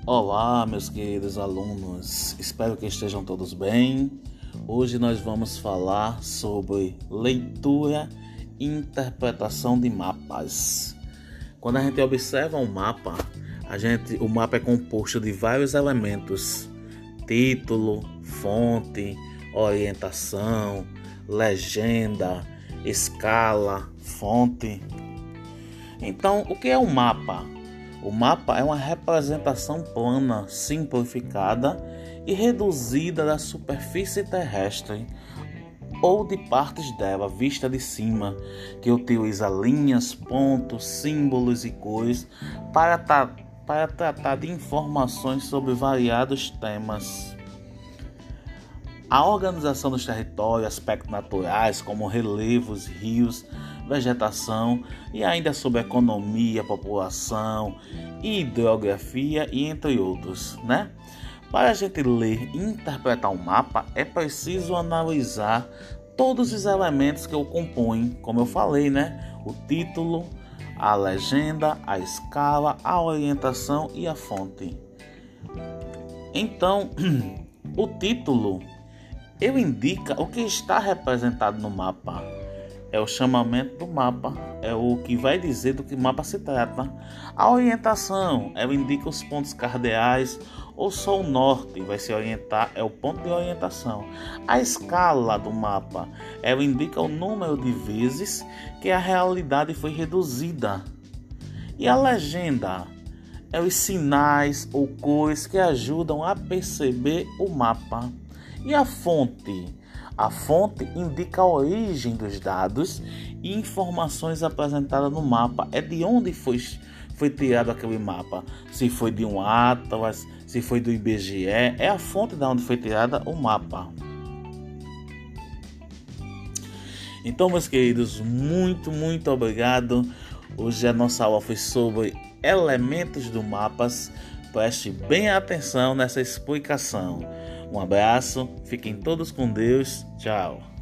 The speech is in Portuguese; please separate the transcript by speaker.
Speaker 1: Olá, meus queridos alunos, espero que estejam todos bem. Hoje nós vamos falar sobre leitura e interpretação de mapas. Quando a gente observa um mapa, o mapa é composto de vários elementos: título, fonte, orientação, legenda, escala, fonte. Então, o que é um mapa? O mapa é uma representação plana, simplificada e reduzida da superfície terrestre ou de partes dela, vista de cima, que utiliza linhas, pontos, símbolos e cores para tratar de informações sobre variados temas. A organização dos territórios, aspectos naturais como relevos, rios, vegetação e ainda sobre economia, população, hidrografia e entre outros, né? Para a gente ler e interpretar um mapa, é preciso analisar todos os elementos que o compõem, como eu falei, né? O título, a legenda, a escala, a orientação e a fonte. Então, o título ele indica o que está representado no mapa. É o chamamento do mapa, é o que vai dizer do que o mapa se trata. A orientação, ela indica os pontos cardeais ou só o norte, vai se orientar, é o ponto de orientação. A escala do mapa, ela indica o número de vezes que a realidade foi reduzida. E a legenda, é os sinais ou cores que ajudam a perceber o mapa. E a fonte? A fonte indica a origem dos dados e informações apresentadas no mapa. É de onde foi tirado aquele mapa. Se foi de um atlas, se foi do IBGE, é a fonte de onde foi tirada o mapa. Então, meus queridos, muito obrigado. Hoje a nossa aula foi sobre elementos do mapas. Preste bem atenção nessa explicação. Um abraço, fiquem todos com Deus, tchau.